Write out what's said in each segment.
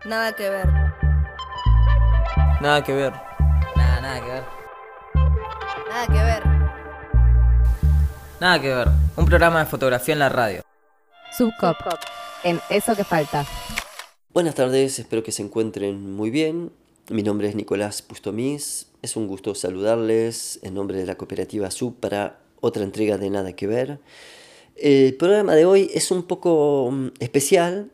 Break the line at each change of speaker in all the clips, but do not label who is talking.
Nada que ver.
Nada que ver.
Nada que ver.
Nada que ver.
Nada que ver. Un programa de fotografía en la radio.
Subcop, en Eso que Falta.
Buenas tardes, espero que se encuentren muy bien. Mi nombre es Nicolás Pustomís. Es un gusto saludarles en nombre de la cooperativa Sub para otra entrega de Nada que Ver. El programa de hoy es un poco especial.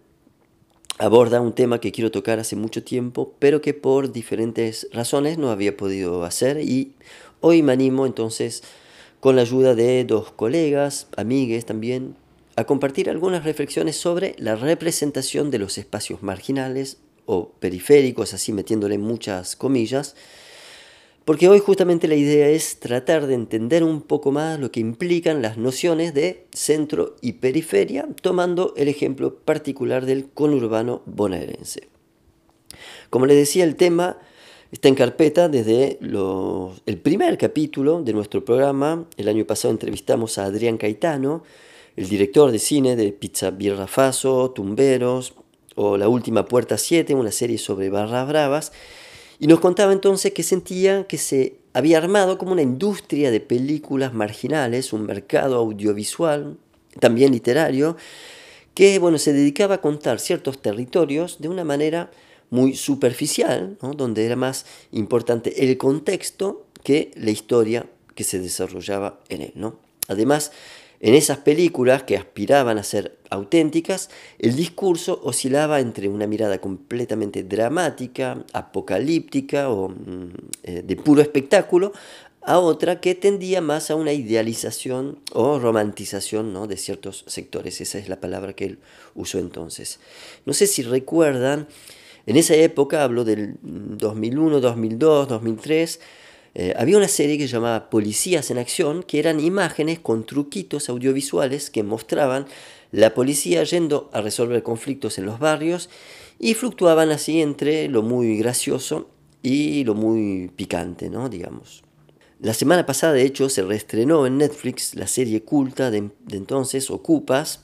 Aborda un tema que quiero tocar hace mucho tiempo, pero que por diferentes razones no había podido hacer. Y hoy me animo entonces, con la ayuda de dos colegas, amigues también, a compartir algunas reflexiones sobre la representación de los espacios marginales o periféricos, así metiéndole muchas comillas, porque hoy justamente la idea es tratar de entender un poco más lo que implican las nociones de centro y periferia, tomando el ejemplo particular del conurbano bonaerense. Como les decía, el tema está en carpeta desde el primer capítulo de nuestro programa. El año pasado entrevistamos a Adrián Caetano, el director de cine de Pizza Birra Faso, Tumberos, o La Última Puerta 7, una serie sobre barras bravas, y nos contaba entonces que sentía que se había armado como una industria de películas marginales, un mercado audiovisual, también literario, que se dedicaba a contar ciertos territorios de una manera muy superficial, ¿no? Donde era más importante el contexto que la historia que se desarrollaba en él, ¿no? Además, en esas películas que aspiraban a ser auténticas, el discurso oscilaba entre una mirada completamente dramática, apocalíptica o de puro espectáculo, a otra que tendía más a una idealización o romantización, ¿no?, de ciertos sectores. Esa es la palabra que él usó entonces. No sé si recuerdan, en esa época, hablo del 2001, 2002, 2003, había una serie que se llamaba Policías en Acción, que eran imágenes con truquitos audiovisuales que mostraban la policía yendo a resolver conflictos en los barrios y fluctuaban así entre lo muy gracioso y lo muy picante, ¿no?, digamos. La semana pasada, de hecho, se reestrenó en Netflix la serie culta de entonces, Ocupas,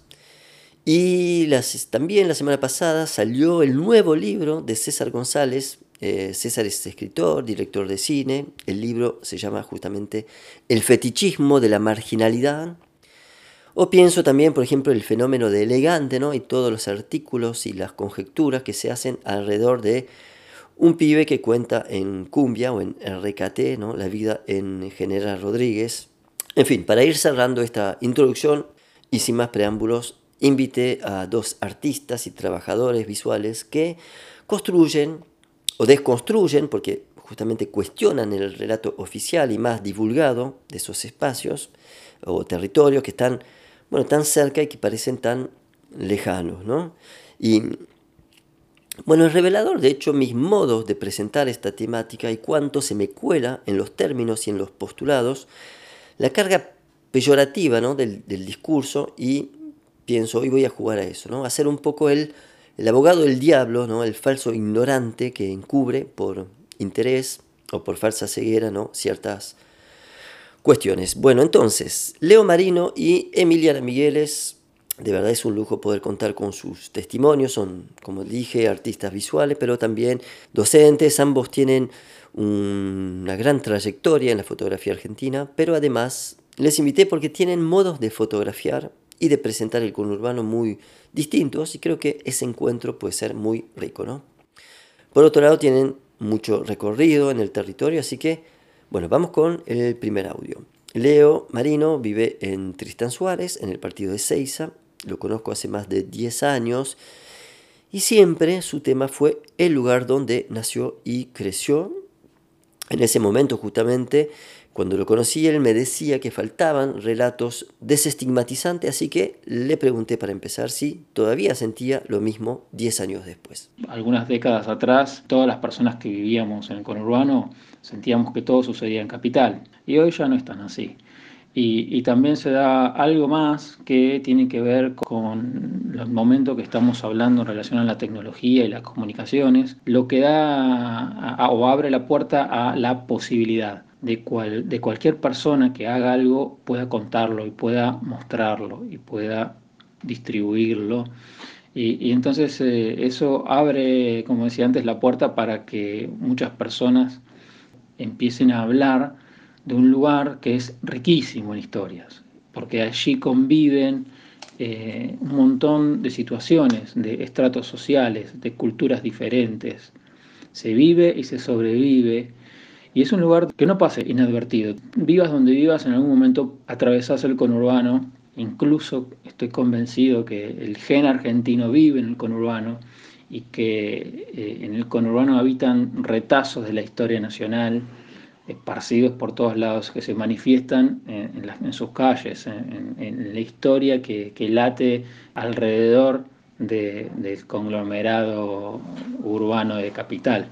y también la semana pasada salió el nuevo libro de César González. César es escritor, director de cine. El libro se llama justamente El fetichismo de la marginalidad. O pienso también, por ejemplo, el fenómeno de Elegante, ¿no?, y todos los artículos y las conjeturas que se hacen alrededor de un pibe que cuenta en Cumbia o en RKT, ¿no?, la vida en General Rodríguez. En fin, para ir cerrando esta introducción y sin más preámbulos, invité a dos artistas y trabajadores visuales que construyen o desconstruyen, porque justamente cuestionan el relato oficial y más divulgado de esos espacios o territorios que están tan cerca y que parecen tan lejanos, ¿no? Y es revelador, de hecho, mis modos de presentar esta temática y cuánto se me cuela en los términos y en los postulados la carga peyorativa, ¿no?, del discurso, y pienso, hoy voy a jugar a eso, ¿no?, a ser un poco el abogado del diablo, ¿no?, el falso ignorante que encubre por interés o por falsa ceguera, ¿no?, ciertas cuestiones. Bueno, entonces, Leo Marino y Emiliana Migueles, de verdad es un lujo poder contar con sus testimonios. Son, como dije, artistas visuales, pero también docentes. Ambos tienen una gran trayectoria en la fotografía argentina, pero además les invité porque tienen modos de fotografiar y de presentar el conurbano muy distintos, y creo que ese encuentro puede ser muy rico, ¿no? Por otro lado, tienen mucho recorrido en el territorio, así que, vamos con el primer audio. Leo Marino vive en Tristán Suárez, en el partido de Seiza. Lo conozco hace más de 10 años y siempre su tema fue el lugar donde nació y creció. En ese momento, justamente, cuando lo conocí, él me decía que faltaban relatos desestigmatizantes, así que le pregunté para empezar si todavía sentía lo mismo 10 años después.
Algunas décadas atrás, todas las personas que vivíamos en el conurbano sentíamos que todo sucedía en capital, y hoy ya no es tan así. Y también se da algo más que tiene que ver con el momento que estamos hablando en relación a la tecnología y las comunicaciones, lo que da o abre la puerta a la posibilidad de cualquier persona que haga algo pueda contarlo y pueda mostrarlo y pueda distribuirlo Y entonces eso abre, como decía antes, la puerta para que muchas personas empiecen a hablar de un lugar que es riquísimo en historias, porque allí conviven un montón de situaciones, de estratos sociales, de culturas diferentes. Se vive y se sobrevive, y es un lugar que no pase inadvertido. Vivas donde vivas, en algún momento atravesás el conurbano. Incluso estoy convencido que el gen argentino vive en el conurbano y que en el conurbano habitan retazos de la historia nacional esparcidos por todos lados que se manifiestan en sus calles, en la historia que late alrededor del conglomerado urbano de Capital.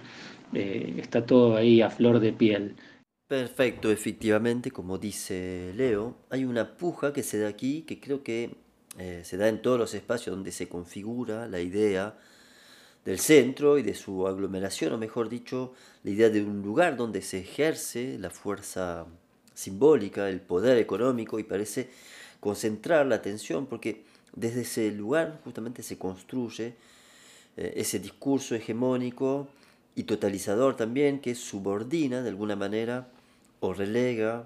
Está todo ahí a flor de piel.
Perfecto, efectivamente, como dice Leo, hay una puja que se da aquí que creo que se da en todos los espacios donde se configura la idea del centro y de su aglomeración, o mejor dicho, la idea de un lugar donde se ejerce la fuerza simbólica, el poder económico y parece concentrar la atención porque desde ese lugar justamente se construye ese discurso hegemónico y totalizador también que subordina de alguna manera o relega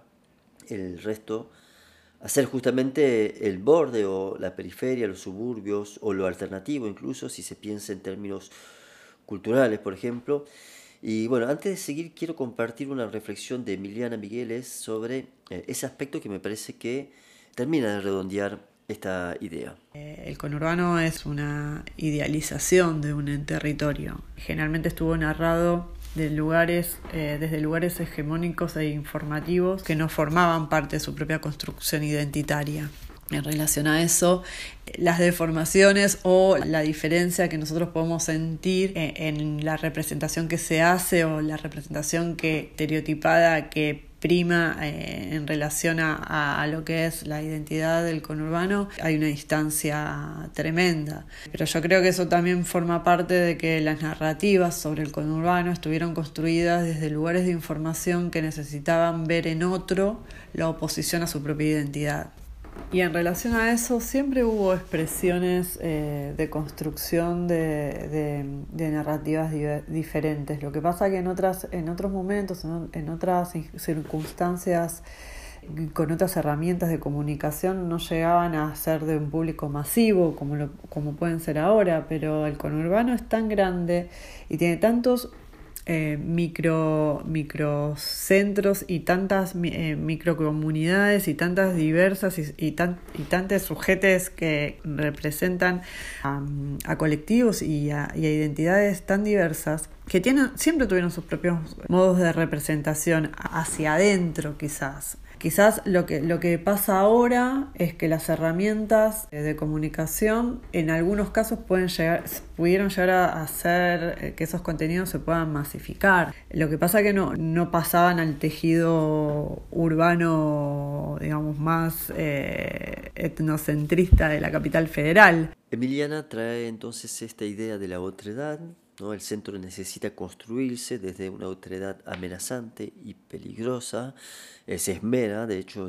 el resto a ser justamente el borde o la periferia, los suburbios o lo alternativo incluso si se piensa en términos culturales, por ejemplo. Y bueno, antes de seguir quiero compartir una reflexión de Emiliana Migueles sobre ese aspecto que me parece que termina de redondear esta idea.
El conurbano es una idealización de un territorio. Generalmente estuvo narrado de lugares, desde lugares hegemónicos e informativos que no formaban parte de su propia construcción identitaria. En relación a eso, las deformaciones o la diferencia que nosotros podemos sentir en la representación que se hace o la representación estereotipada que prima en relación a lo que es la identidad del conurbano, hay una distancia tremenda. Pero yo creo que eso también forma parte de que las narrativas sobre el conurbano estuvieron construidas desde lugares de información que necesitaban ver en otro la oposición a su propia identidad. Y en relación a eso siempre hubo expresiones de construcción de narrativas diferentes. Lo que pasa que en otros momentos, en otras circunstancias, con otras herramientas de comunicación no llegaban a ser de un público masivo como pueden ser ahora, pero el conurbano es tan grande y tiene tantos microcentros y tantas microcomunidades y tantas diversas y tantos sujetes que representan a colectivos y a identidades tan diversas que siempre tuvieron sus propios modos de representación hacia adentro quizás. Quizás lo que pasa ahora es que las herramientas de comunicación en algunos casos pudieron llegar a hacer que esos contenidos se puedan masificar. Lo que pasa es que no pasaban al tejido urbano, digamos, más etnocentrista de la capital federal.
Emiliana trae entonces esta idea de la otredad, ¿no? El centro necesita construirse desde una otredad amenazante y peligrosa. Se esmera, de hecho,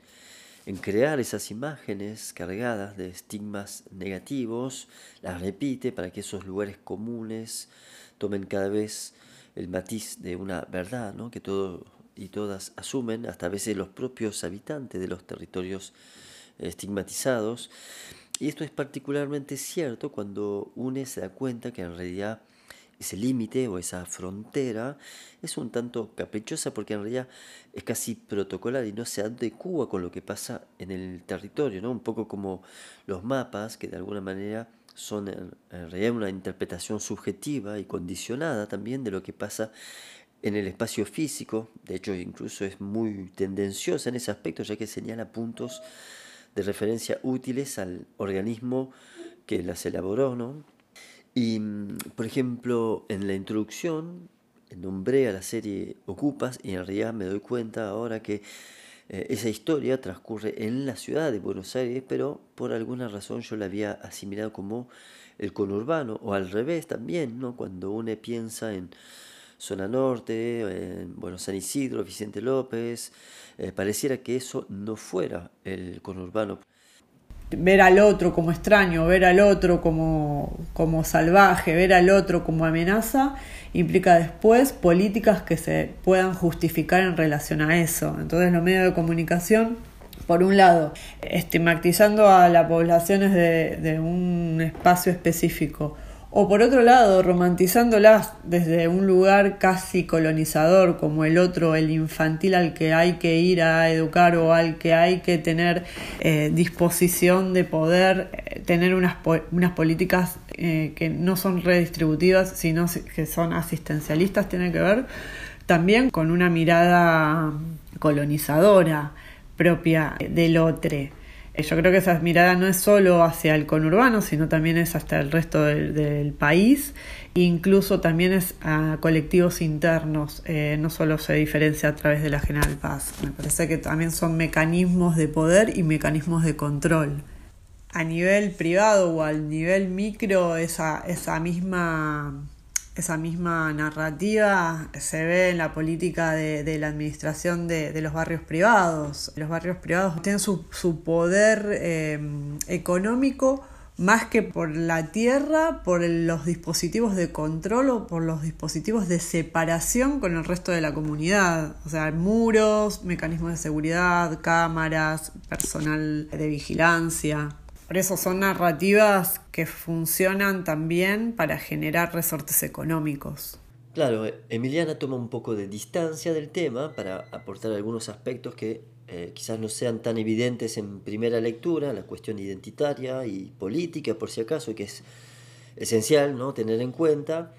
en crear esas imágenes cargadas de estigmas negativos, las repite para que esos lugares comunes tomen cada vez el matiz de una verdad, ¿no? Que todos y todas asumen, hasta a veces los propios habitantes de los territorios estigmatizados. Y esto es particularmente cierto cuando uno se da cuenta que en realidad ese límite o esa frontera es un tanto caprichosa porque en realidad es casi protocolar y no se adecua con lo que pasa en el territorio, ¿no? Un poco como los mapas que de alguna manera son en realidad una interpretación subjetiva y condicionada también de lo que pasa en el espacio físico. De hecho, incluso es muy tendenciosa en ese aspecto, ya que señala puntos de referencia útiles al organismo que las elaboró, ¿no? Y, por ejemplo, en la introducción nombré a la serie Ocupas y en realidad me doy cuenta ahora que esa historia transcurre en la ciudad de Buenos Aires, pero por alguna razón yo la había asimilado como el conurbano, o al revés también, ¿no? Cuando uno piensa en Zona Norte, en San Isidro, Vicente López, pareciera que eso no fuera el conurbano.
ver al otro como extraño, ver al otro como salvaje, ver al otro como amenaza, implica después políticas que se puedan justificar en relación a eso. Entonces los medios de comunicación, por un lado, estigmatizando a las poblaciones de un espacio específico, o por otro lado, romantizándolas desde un lugar casi colonizador, como el otro, el infantil al que hay que ir a educar o al que hay que tener disposición de poder tener unas políticas que no son redistributivas, sino que son asistencialistas, tiene que ver también con una mirada colonizadora propia del otro. Yo creo que esa mirada no es solo hacia el conurbano, sino también es hasta el resto del país, e incluso también es a colectivos internos, no solo se diferencia a través de la General Paz. Me parece que también son mecanismos de poder y mecanismos de control. A nivel privado o al nivel micro, esa misma narrativa se ve en la política de la administración de los barrios privados. Los barrios privados tienen su poder económico más que por la tierra, por los dispositivos de control o por los dispositivos de separación con el resto de la comunidad. O sea, muros, mecanismos de seguridad, cámaras, personal de vigilancia. Por eso son narrativas que funcionan también para generar resortes económicos.
Claro, Emiliana toma un poco de distancia del tema para aportar algunos aspectos que quizás no sean tan evidentes en primera lectura, la cuestión identitaria y política, por si acaso, que es esencial, ¿no?, tener en cuenta.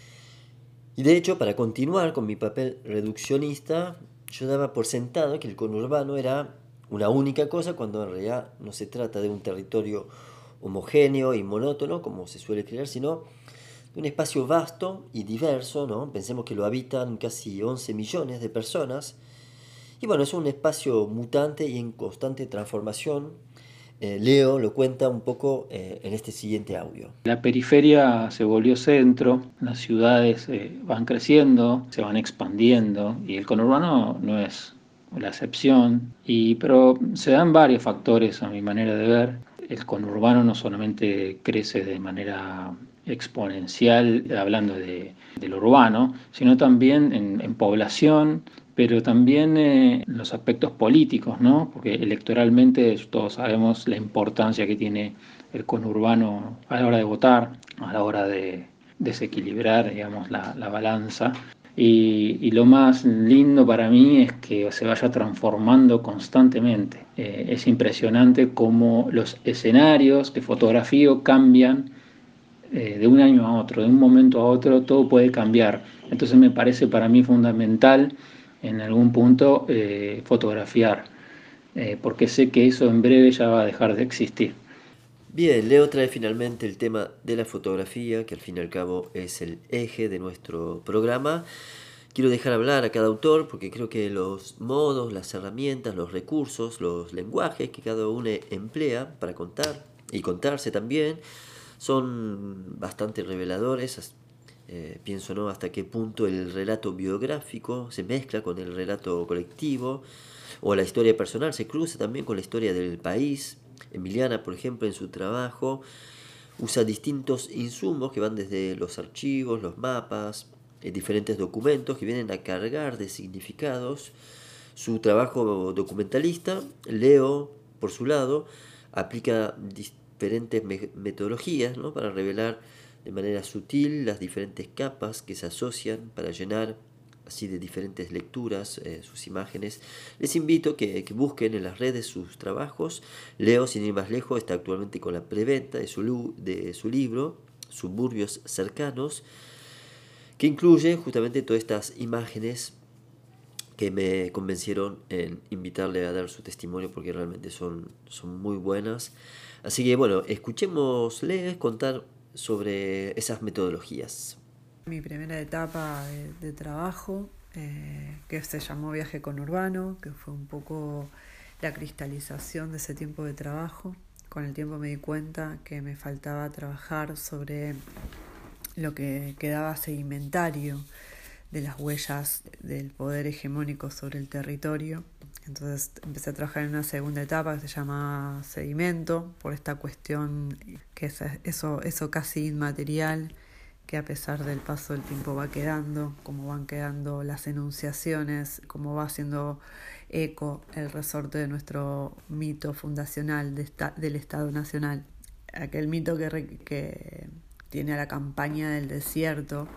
Y de hecho, para continuar con mi papel reduccionista, yo daba por sentado que el conurbano era una única cosa, cuando en realidad no se trata de un territorio homogéneo y monótono, como se suele creer, sino de un espacio vasto y diverso, ¿no? Pensemos que lo habitan casi 11 millones de personas. Y bueno, es un espacio mutante y en constante transformación. Leo lo cuenta un poco en este siguiente audio.
La periferia se volvió centro, las ciudades van creciendo, se van expandiendo, y el conurbano no es la excepción, pero se dan varios factores a mi manera de ver. El conurbano no solamente crece de manera exponencial, hablando de lo urbano, sino también en población, pero también en los aspectos políticos, ¿no? Porque electoralmente todos sabemos la importancia que tiene el conurbano a la hora de votar, a la hora de desequilibrar, digamos, la balanza. Y lo más lindo para mí es que se vaya transformando constantemente. Es impresionante cómo los escenarios de fotografía cambian de un año a otro, de un momento a otro, todo puede cambiar. Entonces me parece para mí fundamental en algún punto fotografiar, porque sé que eso en breve ya va a dejar de existir.
Bien, Leo trae finalmente el tema de la fotografía, que al fin y al cabo es el eje de nuestro programa. Quiero dejar hablar a cada autor porque creo que los modos, las herramientas, los recursos, los lenguajes que cada uno emplea para contar y contarse también son bastante reveladores. Pienso, ¿no?, hasta qué punto el relato biográfico se mezcla con el relato colectivo, o la historia personal se cruza también con la historia del país. Emiliana, por ejemplo, en su trabajo usa distintos insumos que van desde los archivos, los mapas, diferentes documentos que vienen a cargar de significados su trabajo documentalista. Leo, por su lado, aplica diferentes metodologías, ¿no?, para revelar de manera sutil las diferentes capas que se asocian para llenar así de diferentes lecturas sus imágenes. Les invito que busquen en las redes sus trabajos. Leo, sin ir más lejos, está actualmente con la preventa de su libro Suburbios Cercanos, que incluye justamente todas estas imágenes que me convencieron en invitarle a dar su testimonio, porque realmente son muy buenas. Así que bueno, escuchémosle contar sobre esas metodologías.
Mi primera etapa de trabajo, que se llamó Viaje Conurbano, que fue un poco la cristalización de ese tiempo de trabajo. Con el tiempo me di cuenta que me faltaba trabajar sobre lo que quedaba sedimentario de las huellas del poder hegemónico sobre el territorio. Entonces empecé a trabajar en una segunda etapa que se llama sedimento, por esta cuestión que es eso casi inmaterial, que a pesar del paso del tiempo va quedando, como van quedando las enunciaciones, como va haciendo eco el resorte de nuestro mito fundacional del Estado Nacional. Aquel mito que tiene a la campaña del desierto,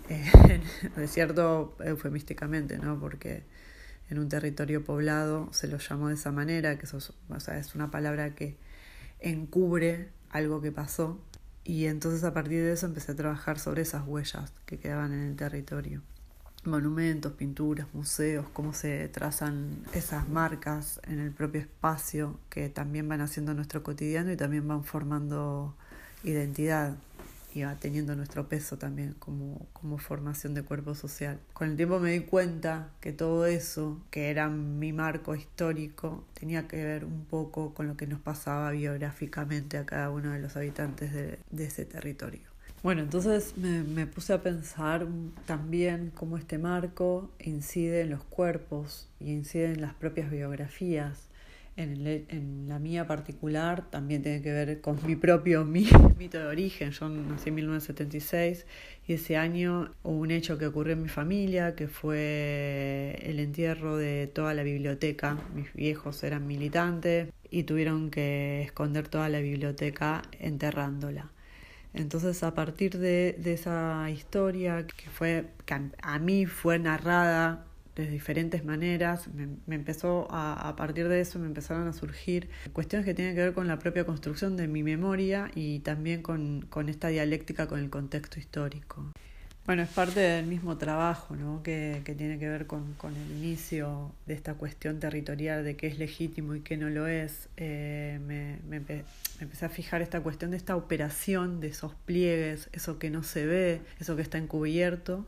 desierto eufemísticamente, ¿no? Porque en un territorio poblado se lo llamó de esa manera, que es una palabra que encubre algo que pasó. Y entonces a partir de eso empecé a trabajar sobre esas huellas que quedaban en el territorio. Monumentos, pinturas, museos, cómo se trazan esas marcas en el propio espacio que también van haciendo nuestro cotidiano y también van formando identidad y va teniendo nuestro peso también como formación de cuerpo social. Con el tiempo me di cuenta que todo eso, que era mi marco histórico, tenía que ver un poco con lo que nos pasaba biográficamente a cada uno de los habitantes de ese territorio. Bueno, entonces me puse a pensar también cómo este marco incide en los cuerpos y incide en las propias biografías. En la mía particular también tiene que ver con mi propio mito de origen. Yo nací en 1976 y ese año hubo un hecho que ocurrió en mi familia, que fue el entierro de toda la biblioteca. Mis viejos eran militantes y tuvieron que esconder toda la biblioteca enterrándola. Entonces, a partir de esa historia que a mí fue narrada de diferentes maneras, a partir de eso me empezaron a surgir cuestiones que tienen que ver con la propia construcción de mi memoria y también con esta dialéctica con el contexto histórico. Bueno, es parte del mismo trabajo, ¿no? que tiene que ver con el inicio de esta cuestión territorial de qué es legítimo y qué no lo es. Me empecé a fijar esta cuestión de esta operación, de esos pliegues, eso que no se ve, eso que está encubierto,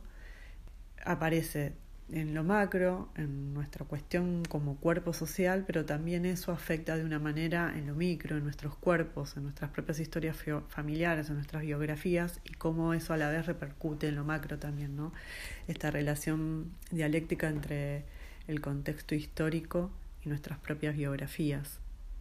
aparece en lo macro, en nuestra cuestión como cuerpo social, pero también eso afecta de una manera en lo micro, en nuestros cuerpos, en nuestras propias historias familiares, en nuestras biografías, y cómo eso a la vez repercute en lo macro también, ¿no? Esta relación dialéctica entre el contexto histórico y nuestras propias biografías.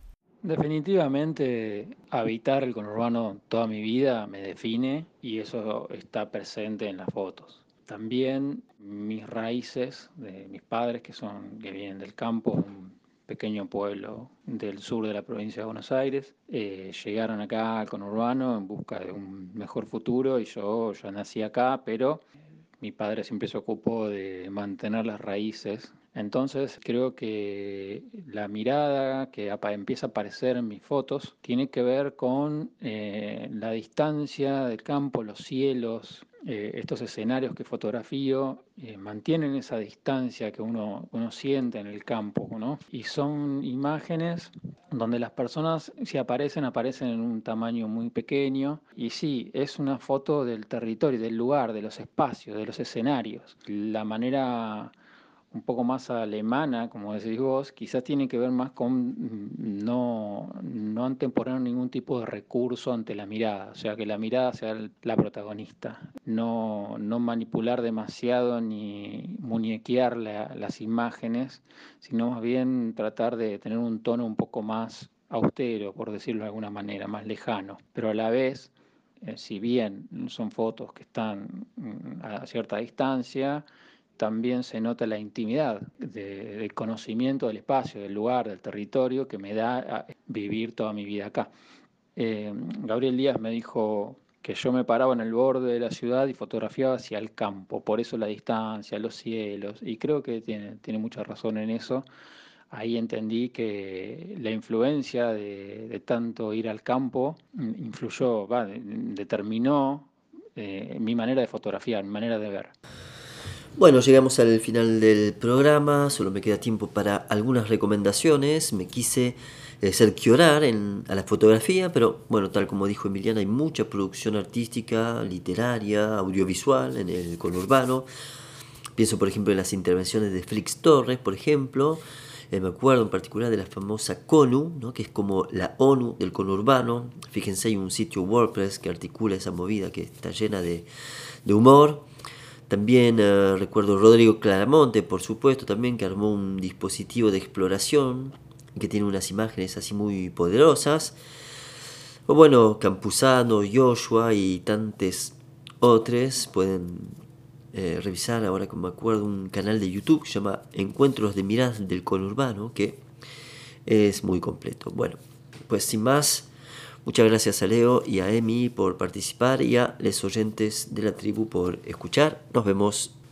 Definitivamente, habitar el conurbano toda mi vida me define y eso está presente en las fotos. También mis raíces de mis padres, que vienen del campo, un pequeño pueblo del sur de la provincia de Buenos Aires, llegaron acá al conurbano en busca de un mejor futuro y yo ya nací acá, pero mi padre siempre se ocupó de mantener las raíces. Entonces creo que la mirada que empieza a aparecer en mis fotos tiene que ver con la distancia del campo, los cielos, estos escenarios que fotografío mantienen esa distancia que uno siente en el campo, ¿no? Y son imágenes donde las personas, si aparecen en un tamaño muy pequeño. Y sí, es una foto del territorio, del lugar, de los espacios, de los escenarios. La manera un poco más alemana, como decís vos, quizás tiene que ver más con no anteponer ningún tipo de recurso ante la mirada, o sea, que la mirada sea la protagonista, no manipular demasiado ni muñequear las imágenes, sino más bien tratar de tener un tono un poco más austero, por decirlo de alguna manera, más lejano, pero a la vez, si bien son fotos que están a cierta distancia, también se nota la intimidad del conocimiento del espacio, del lugar, del territorio que me da a vivir toda mi vida acá. Gabriel Díaz me dijo que yo me paraba en el borde de la ciudad y fotografiaba hacia el campo, por eso la distancia, los cielos, y creo que tiene mucha razón en eso. Ahí entendí que la influencia de tanto ir al campo determinó mi manera de fotografiar, mi manera de ver.
Bueno, llegamos al final del programa, solo me queda tiempo para algunas recomendaciones. Me quise cerciorar a la fotografía, pero bueno, tal como dijo Emiliana, hay mucha producción artística, literaria, audiovisual en el conurbano. Pienso, por ejemplo, en las intervenciones de Flix Torres, por ejemplo. Me acuerdo en particular de la famosa CONU, ¿no? Que es como la ONU del conurbano. Fíjense, hay un sitio WordPress que articula esa movida que está llena de humor. También recuerdo Rodrigo Claramonte, por supuesto, también, que armó un dispositivo de exploración que tiene unas imágenes así muy poderosas. O bueno, Campuzano, Joshua y tantos otros pueden revisar, ahora que me acuerdo, un canal de YouTube que se llama Encuentros de Miradas del Conurbano, que es muy completo. Bueno, pues sin más, muchas gracias a Leo y a Emi por participar y a los oyentes de la tribu por escuchar. Nos vemos.